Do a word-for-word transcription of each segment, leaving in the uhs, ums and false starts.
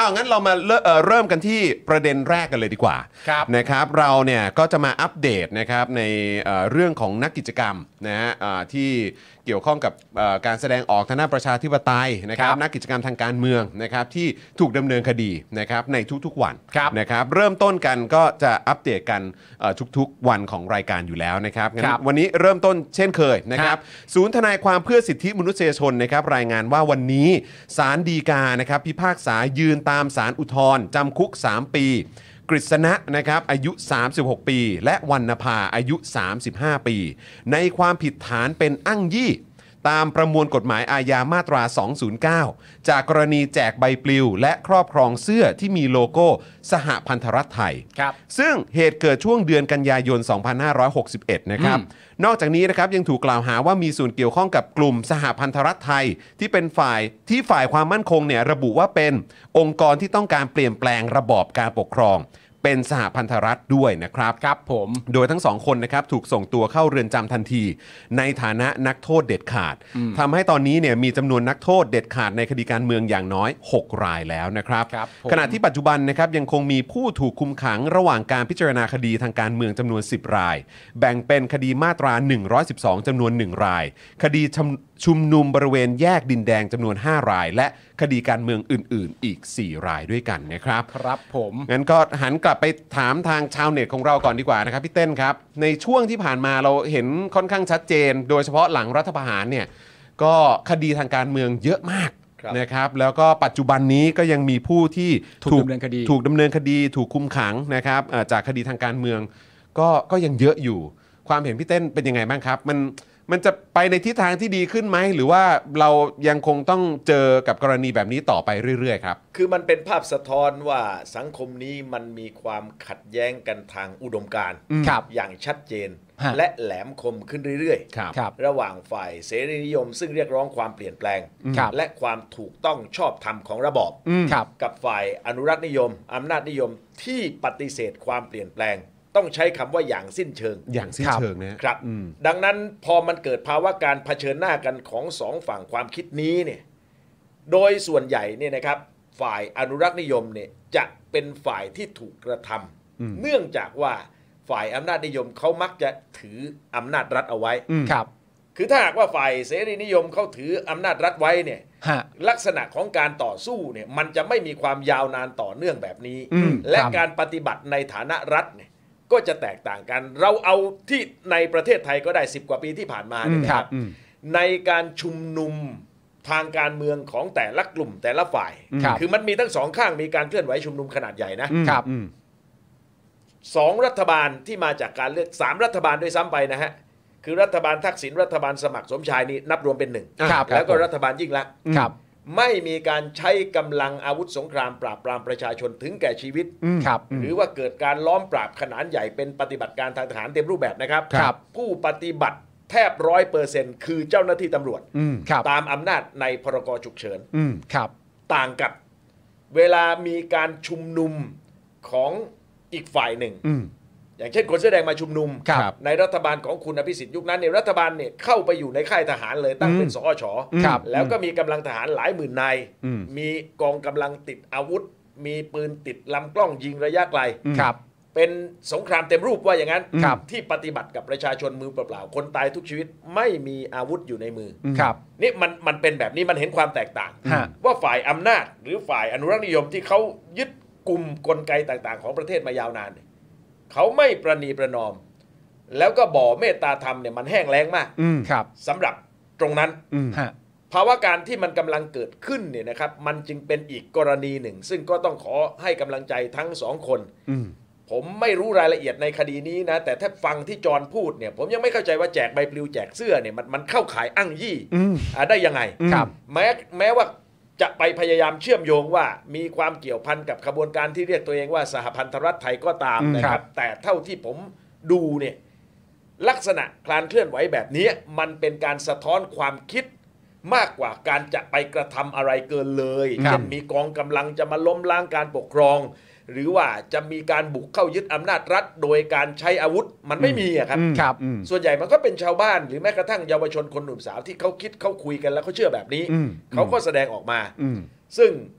เอางั้นเรามาเริ่มกันที่ประเด็นแรกกันเลยดีกว่านะครับเราเนี่ยก็จะมาอัปเดตนะครับในเรื่องของนักกิจกรรมนะฮะที่เกี่ยวข้องกับการแสดงออกทางด้านประชาธิปไตยนะครับนักกิจกรรมทางการเมืองนะครับที่ถูกดำเนินคดีนะครับในทุกๆวันนะครับเริ่มต้นกันก็จะอัปเดตกันทุกๆวันของรายการอยู่แล้วนะครับงั้นวันนี้เริ่มต้นเช่นเคยนะครับศูนย์ทนายความเพื่อสิทธิมนุษยชนนะครับรายงานว่าวันนี้ศาลฎีกานะครับพิพากษายืนตามศาลอุทธรณ์จำคุกสามปีกฤษณะนะครับอายุสามสิบหกปีและวรรณภาอายุสามสิบห้าปีในความผิดฐานเป็นอ้างยี่ตามประมวลกฎหมายอาญามาตราสองศูนย์เก้าจากกรณีแจกใบปลิวและครอบครองเสื้อที่มีโลโก้สหพันธรัฐไทยซึ่งเหตุเกิดช่วงเดือนกันยายนสองพันห้าร้อยหกสิบเอ็ดนะครับนอกจากนี้นะครับยังถูกกล่าวหาว่ามีส่วนเกี่ยวข้องกับกลุ่มสหพันธรัฐไทยที่เป็นฝ่ายที่ฝ่ายความมั่นคงเนี่ยระบุว่าเป็นองค์กรที่ต้องการเปลี่ยนแปลงระบอบการปกครองเป็นสหพันธรัฐด้วยนะครับครับผมโดยทั้งสองคนนะครับถูกส่งตัวเข้าเรือนจำทันทีในฐานะนักโทษเด็ดขาดทำให้ตอนนี้เนี่ยมีจำนวนนักโทษเด็ดขาดในคดีการเมืองอย่างน้อยหกรายแล้วนะครับขณะที่ปัจจุบันนะครับยังคงมีผู้ถูกคุมขังระหว่างการพิจารณาคดีทางการเมืองจำนวนสิบรายแบ่งเป็นคดีมาตราหนึ่งร้อยสิบสองจำนวนหนึ่งรายคดีชุมนุมบริเวณแยกดินแดงจำนวนห้ารายและคดีการเมืองอื่นๆอีกสี่รายด้วยกันนะครับครับผมงั้นก็หันกลับไปถามทางชาวเน็ตของเราก่อนดีกว่านะครับพี่เต้นครับในช่วงที่ผ่านมาเราเห็นค่อนข้างชัดเจนโดยเฉพาะหลังรัฐประหารเนี่ยก็คดีทางการเมืองเยอะมากนะครับแล้วก็ปัจจุบันนี้ก็ยังมีผู้ที่ถูกดำเนินคดีถูกดำเนินคดีถูกคุมขังนะครับจากคดีทางการเมืองก็ก็ยังเยอะอยู่ความเห็นพี่เต้นเป็นยังไงบ้างครับมันมันจะไปในทิศทางที่ดีขึ้นไหมหรือว่าเรายังคงต้องเจอกับกรณีแบบนี้ต่อไปเรื่อยๆครับคือมันเป็นภาพสะท้อนว่าสังคมนี้มันมีความขัดแย้งกันทางอุดมการณ์อย่างชัดเจนและแหลมคมขึ้นเรื่อยๆระหว่างฝ่ายเสรีนิยมซึ่งเรียกร้องความเปลี่ยนแปลงและความถูกต้องชอบธรรมของระบอบกับฝ่ายอนุรักษ์นิยมอำนาจนิยมที่ปฏิเสธความเปลี่ยนแปลงต้องใช้คำว่าอย่างสิ้นเชิงอย่างสิ้นเชิงนะครับดังนั้นพอมันเกิดภาวะการเผชิญหน้ากันของสองฝั่งความคิดนี้เนี่ยโดยส่วนใหญ่เนี่ยนะครับฝ่ายอนุรักษ์นิยมเนี่ยจะเป็นฝ่ายที่ถูกกระทำเนื่องจากว่าฝ่ายอำนาจนิยมเขามักจะถืออำนาจรัฐเอาไว้ครับคือถ้าหากว่าฝ่ายเสรีนิยมเขาถืออำนาจรัฐไว้เนี่ยลักษณะของการต่อสู้เนี่ยมันจะไม่มีความยาวนานต่อเนื่องแบบนี้และการปฏิบัติในฐานะรัฐเนี่ยก็จะแตกต่างกันเราเอาที่ในประเทศไทยก็ได้สิบกว่าปีที่ผ่านมาเนี่ยนะครับในการชุมนุมทางการเมืองของแต่ละกลุ่มแต่ละฝ่ายคือมันมีทั้งสองข้างมีการเคลื่อนไหวชุมนุมขนาดใหญ่นะครับสองรัฐบาลที่มาจากการเลือกสามรัฐบาลด้วยซ้ำไปนะฮะคือรัฐบาลทักษิณรัฐบาลสมัครสมชายนี่นับรวมเป็นหนึ่งแล้วก็รัฐบาลยิ่งลักษณ์ไม่มีการใช้กำลังอาวุธสงครามปราบปรามประชาชนถึงแก่ชีวิตหรือว่าเกิดการล้อมปราบขนาดใหญ่เป็นปฏิบัติการทางทหารเต็มรูปแบบนะครับผู้ปฏิบัติแทบร้อยเปอร์เซ็นต์คือเจ้าหน้าที่ตำรวจตามอำนาจในพรกฉุกเฉินต่างกับเวลามีการชุมนุมของอีกฝ่ายหนึ่งอย่างเช่นคนเสื้อแดงมาชุมนุมในรัฐบาลของคุณอภิสิทธิ์ยุคนั้นเนี่ยรัฐบาลเนี่ยเข้าไปอยู่ในค่ายทหารเลยตั้งเป็นสอช.แล้วก็มีกำลังทหารหลายหมื่นนายมีกองกำลังติดอาวุธมีปืนติดลำกล้องยิงระยะไกลเป็นสงครามเต็มรูปว่าอย่างนั้นที่ปฏิบัติกับประชาชนมือเปล่าๆคนตายทุกชีวิตไม่มีอาวุธอยู่ในมือนี่มันมันเป็นแบบนี้มันเห็นความแตกต่างว่าฝ่ายอำนาจหรือฝ่ายอนุรักษ์นิยมที่เขายึดกลุ่มกลไกต่างๆของประเทศมายาวนานเขาไม่ประนีประนอมแล้วก็บ่อเมตตาธรรมเนี่ยมันแห้งแล้งมากสำหรับตรงนั้นภาวะการที่มันกำลังเกิดขึ้นเนี่ยนะครับมันจึงเป็นอีกกรณีหนึ่งซึ่งก็ต้องขอให้กำลังใจทั้งสองคนผมไม่รู้รายละเอียดในคดีนี้นะแต่ถ้าฟังที่จรพูดเนี่ยผมยังไม่เข้าใจว่าแจกใบปลิวแจกเสื้อเนี่ยมันมันเข้าขายอ้างยี่ได้ยังไงแม้แม้ว่าจะไปพยายามเชื่อมโยงว่ามีความเกี่ยวพันกับขบวนการที่เรียกตัวเองว่าสหพันธรัฐไทยก็ตามนะครับแต่เท่าที่ผมดูเนี่ยลักษณะการเคลื่อนไหวแบบนี้มันเป็นการสะท้อนความคิดมากกว่าการจะไปกระทำอะไรเกินเลยเช่นมีกองกำลังจะมาล้มล้างการปกครองหรือว่าจะมีการบุกเข้ายึดอำนาจรัฐโดยการใช้อาวุธมันไม่มีอะครับส่วนใหญ่มันก็เป็นชาวบ้านหรือแม้กระทั่งเยาวชนคนหนุ่มสาวที่เขาคิดเขาคุยกันแล้วเขาเชื่อแบบนี้เขาก็แสดงออกมาซึ่ง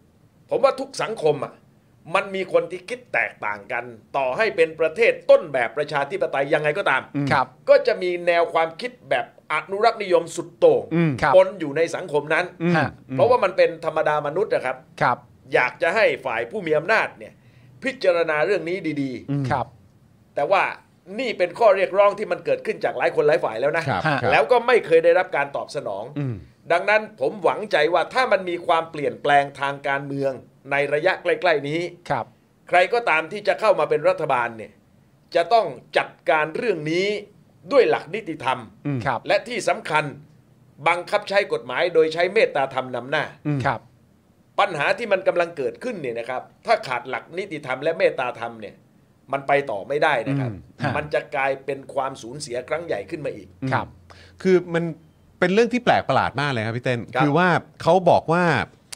ผมว่าทุกสังคมอ่ะมันมีคนที่คิดแตกต่างกันต่อให้เป็นประเทศต้นแบบประชาธิปไตยยังไงก็ตามครับก็จะมีแนวความคิดแบบอนุรักษ์นิยมสุดโต่งปนอยู่ในสังคมนั้นเพราะว่ามันเป็นธรรมดามนุษย์นะครับครับอยากจะให้ฝ่ายผู้มีอำนาจเนี่ยพิจารณาเรื่องนี้ดีๆครับแต่ว่านี่เป็นข้อเรียกร้องที่มันเกิดขึ้นจากหลายคนหลายฝ่ายแล้วนะแล้วก็ไม่เคยได้รับการตอบสนองดังนั้นผมหวังใจว่าถ้ามันมีความเปลี่ยนแปลงทางการเมืองในระยะใกล้ๆนี้ใครก็ตามที่จะเข้ามาเป็นรัฐบาลเนี่ยจะต้องจัดการเรื่องนี้ด้วยหลักนิติธรรมและที่สำคัญบังคับใช้กฎหมายโดยใช้เมตตาธรรมนำหน้าปัญหาที่มันกำลังเกิดขึ้นเนี่ยนะครับถ้าขาดหลักนิติธรรมและเมตตาธรรมเนี่ยมันไปต่อไม่ได้นะครับมันจะกลายเป็นความสูญเสียครั้งใหญ่ขึ้นมาอีกครับคือมันเป็นเรื่องที่แปลกประหลาดมากเลยครับพี่เต้นคือว่าเขาบอกว่า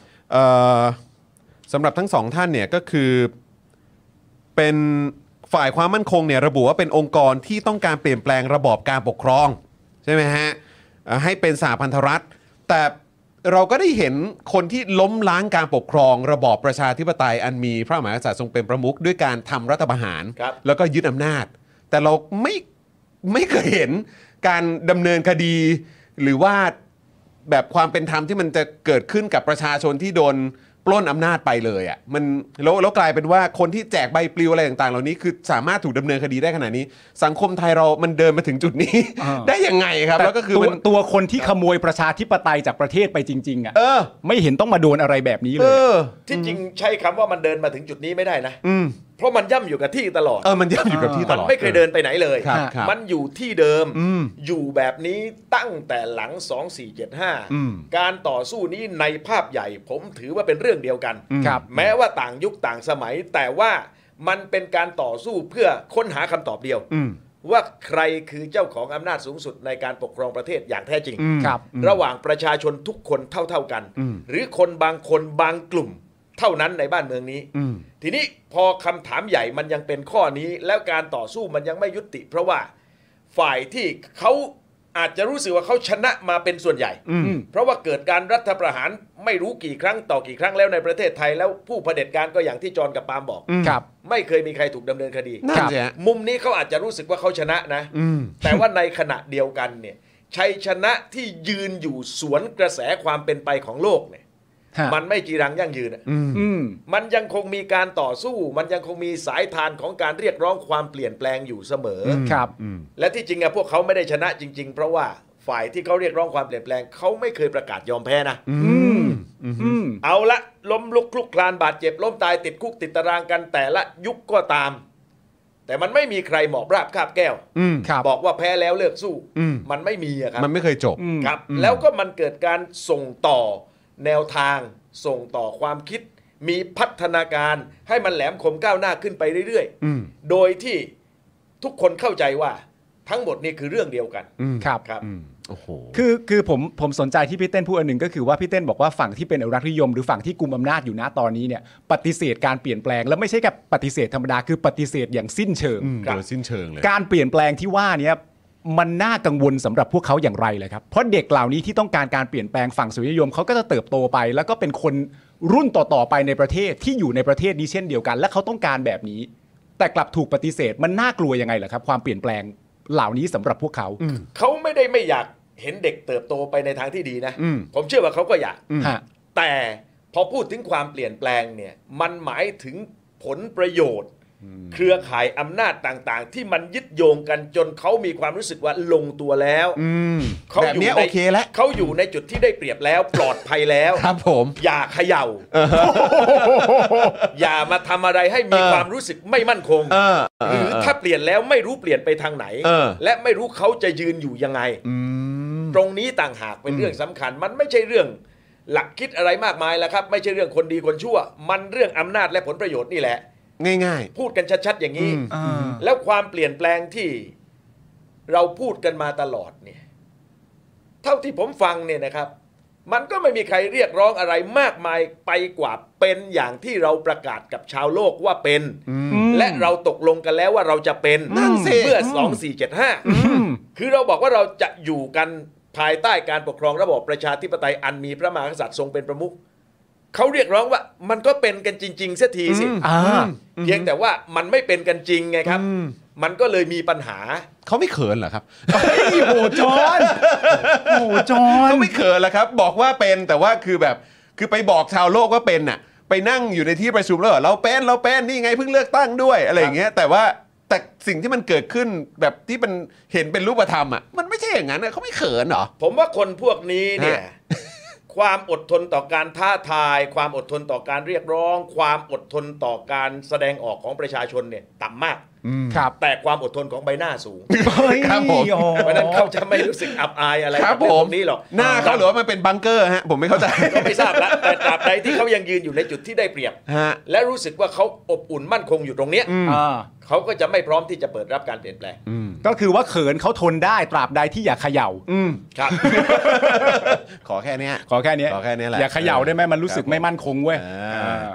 สำหรับทั้งสองท่านเนี่ยก็คือเป็นฝ่ายความมั่นคงเนี่ยระบุว่าเป็นองค์กรที่ต้องการเปลี่ยนแปลงระบอบการปกครองใช่ไหมฮะให้เป็นสหพันธรัฐแต่เราก็ได้เห็นคนที่ล้มล้างการปกครองระบอบประชาธิปไตยอันมีพระมหากษัตริย์ทรงเป็นประมุขด้วยการทำรัฐประหารแล้วก็ยึดอำนาจแต่เราไม่ไม่เคยเห็นการดำเนินคดีหรือว่าแบบความเป็นธรรมที่มันจะเกิดขึ้นกับประชาชนที่โดนปล้นอำนาจไปเลยอ่ะมันแล้วแล้วกลายเป็นว่าคนที่แจกใบปลิวอะไรต่างๆเหล่านี้คือสามารถถูกดำเนินคดีได้ขนาดนี้สังคมไทยเรามันเดินมาถึงจุดนี้ ได้ยังไงครับแล้วก็คือมันตัวคนที่ขโมยประชาธิปไตยจากประเทศไปจริงๆอ่ะไม่เห็นต้องมาโดนอะไรแบบนี้เลยที่จริงใช้คำว่ามันเดินมาถึงจุดนี้ไม่ได้นะเพราะมันย่ำอยู่กับที่ตลอดเออมันย่ำอยู่กับที่ตลอดมันไม่เคยเดินไปไหนเลยมันอยู่ที่เดิมอยู่แบบนี้ตั้งแต่หลังสองสี่เจ็ดห้าการต่อสู้นี้ในภาพใหญ่ผมถือว่าเป็นเรื่องเดียวกันแม้ว่าต่างยุคต่างสมัยแต่ว่ามันเป็นการต่อสู้เพื่อค้นหาคำตอบเดียวว่าใครคือเจ้าของอำนาจสูงสุดในการปกครองประเทศอย่างแท้จริงระหว่างประชาชนทุกคนเท่าๆกันหรือคนบางคนบางกลุ่มเท่านั้นในบ้านเมืองนี้ทีนี้พอคำถามใหญ่มันยังเป็นข้อนี้แล้วการต่อสู้มันยังไม่ยุติเพราะว่าฝ่ายที่เขาอาจจะรู้สึกว่าเขาชนะมาเป็นส่วนใหญ่เพราะว่าเกิดการรัฐประหารไม่รู้กี่ครั้งต่อกี่ครั้งแล้วในประเทศไทยแล้วผู้เผด็จการก็อย่างที่จรกับปาล์มบอกไม่เคยมีใครถูกดำเนินคดีมุมนี้เขาอาจจะรู้สึกว่าเขาชนะนะแต่ว่าในขณะเดียวกันเนี่ยชัยชนะที่ยืนอยู่สวนกระแสความเป็นไปของโลกเนี่ยมันไม่จีรังยั่งยืนมันยังคงมีการต่อสู้มันยังคงมีสายทานของการเรียกร้องความเปลี่ยนแปลงอยู่เสมอครับและที่จริงอะพวกเขาไม่ได้ชนะจริงๆเพราะว่าฝ่ายที่เขาเรียกร้องความเปลี่ยนแปลงเขาไม่เคยประกาศยอมแพ้นะเอาละล้มลุกคลุกคลานบาดเจ็บล้มตายติดคุกติดตารางกันแต่ละยุคก็ตามแต่มันไม่มีใครหมอบราบคาบแก้วบอกว่าแพ้แล้วเลิกสู้มันไม่มีอะครับมันไม่เคยจบครับแล้วก็มันเกิดการส่งต่อแนวทางส่งต่อความคิดมีพัฒนาการให้มันแหลมคมก้าวหน้าขึ้นไปเรื่อยๆโดยที่ทุกคนเข้าใจว่าทั้งหมดนี่คือเรื่องเดียวกันครับครับโอ้โหคือคือผมผมสนใจที่พี่เต้นพูดอันหนึ่งก็คือว่าพี่เต้นบอกว่าฝั่งที่เป็นอนุรักษ์นิยมหรือฝั่งที่กุมอำนาจอยู่ณตอนนี้เนี่ยปฏิเสธการเปลี่ยนแปลงแล้วไม่ใช่แค่ปฏิเสธธรรมดาคือปฏิเสธอย่างสิ้นเชิงโดยสิ้นเชิงเลยการเปลี่ยนแปลงที่ว่านี้มันน่ากังวลสำหรับพวกเขาอย่างไรเลยครับเพราะเด็กเหล่านี้ที่ต้องการการเปลี่ยนแปลงฝั่งสุริยมเขาก็จะเติบโตไปแล้วก็เป็นคนรุ่นต่อๆไปในประเทศที่อยู่ในประเทศนี้เช่นเดียวกันและเขาต้องการแบบนี้แต่กลับถูกปฏิเสธมันน่ากลัวยังไงล่ะครับความเปลี่ยนแปลงเหล่านี้สำหรับพวกเขาเขาไม่ได้ไม่อยากเห็นเด็กเติบโตไปในทางที่ดีนะผมเชื่อว่าเขาก็อยากแต่พอพูดถึงความเปลี่ยนแปลงเนี่ยมันหมายถึงผลประโยชน์เครือข่ายอำนาจต่างๆที่มันยึดโยงกันจนเขามีความรู้สึกว่าลงตัวแล้วเขาอยู่ในโอเคแล้วเขาอยู่ในจุดที่ได้เปรียบแล้วปลอดภัยแล้วครับผมอย่าเขย่าอย่ามาทำอะไรให้มีความรู้สึกไม่มั่นคงหรือถ้าเปลี่ยนแล้วไม่รู้เปลี่ยนไปทางไหนและไม่รู้เขาจะยืนอยู่ยังไงตรงนี้ต่างหากเป็นเรื่องสำคัญมันไม่ใช่เรื่องหลักคิดอะไรมากมายแล้วครับไม่ใช่เรื่องคนดีคนชั่วมันเรื่องอำนาจและผลประโยชน์นี่แหละง่ายๆพูดกันชัดๆอย่างนี้แล้วความเปลี่ยนแปลงที่เราพูดกันมาตลอดเนี่ยเท่าที่ผมฟังเนี่ยนะครับมันก็ไม่มีใครเรียกร้องอะไรมากมายไปกว่าเป็นอย่างที่เราประกาศกับชาวโลกว่าเป็นและเราตกลงกันแล้วว่าเราจะเป็นเมื่อสองสี่เจ็ดห้าคือเราบอกว่าเราจะอยู่กันภายใต้การปกครองระบอบประชาธิปไตยอันมีพระมหากษัตริย์ทรงเป็นประมุขเขาเรียกร้องว่ามันก็เป็นกันจริงๆเสียทีสิอ่าเพียงแต่ว่ามันไม่เป็นกันจริงไงครับ มันก็เลยมีปัญหาเขาไม่เขินเหรอครับโอ้โหจอนโอ้โหจอนเขาไม่เขินเหรอครับ บอกว่าเป็นแต่ว่าคือแบบคือไปบอกชาวโลกว่าเป็นน่ะไปนั่งอยู่ในที่ประชุมแล้วเหรอเราเป็นเราเป็นนี่ไงเพิ่งเลือกตั้งด้วยอะไรอย่างเงี้ยแต่ว่าแต่สิ่งที่มันเกิดขึ้นแบบที่มันเห็นเป็นรูปธรรมอ่ะมันไม่ใช่อย่างนั้นอะเขาไม่เขินเหรอผมว่าคนพวกนี้เนี่ยฮะความอดทนต่อการท้าทาย ความอดทนต่อการเรียกร้อง ความอดทนต่อการแสดงออกของประชาชนเนี่ยต่ำมากครับแต่ความอดทนของใบหน้าสูงเฮ้ยครับผมโอ้เพราะฉะนั้นเขาจะไม่รู้สึกอับอายอะไรครักับบเรื่ผองมพวกนี้หรอกหน้าเขาหรือว่ามันเป็นบังเกอร์ฮะผมไม่เข้าใจก็ไม่ทราบละแต่ตราบใดที่เขายังยืนอยู่ในจุดที่ได้เปรียบฮะและรู้สึกว่าเขาอบอุ่นมั่นคงอยู่ตรงเนี้ยอ่าเขาก็จะไม่พร้อมที่จะเปิดรับการเปลี่ยนแปลงก็คือว่าเขินเขาทนได้ตราบใดที่อย่าเขย่าอืมครับขอแค่เนี้ยขอแค่เนี้ยขอแค่เนี้ยแหละอย่าเขย่าได้ไหมมันรู้สึกครับผมไม่มั่นคงเว้ยอ่าอ่า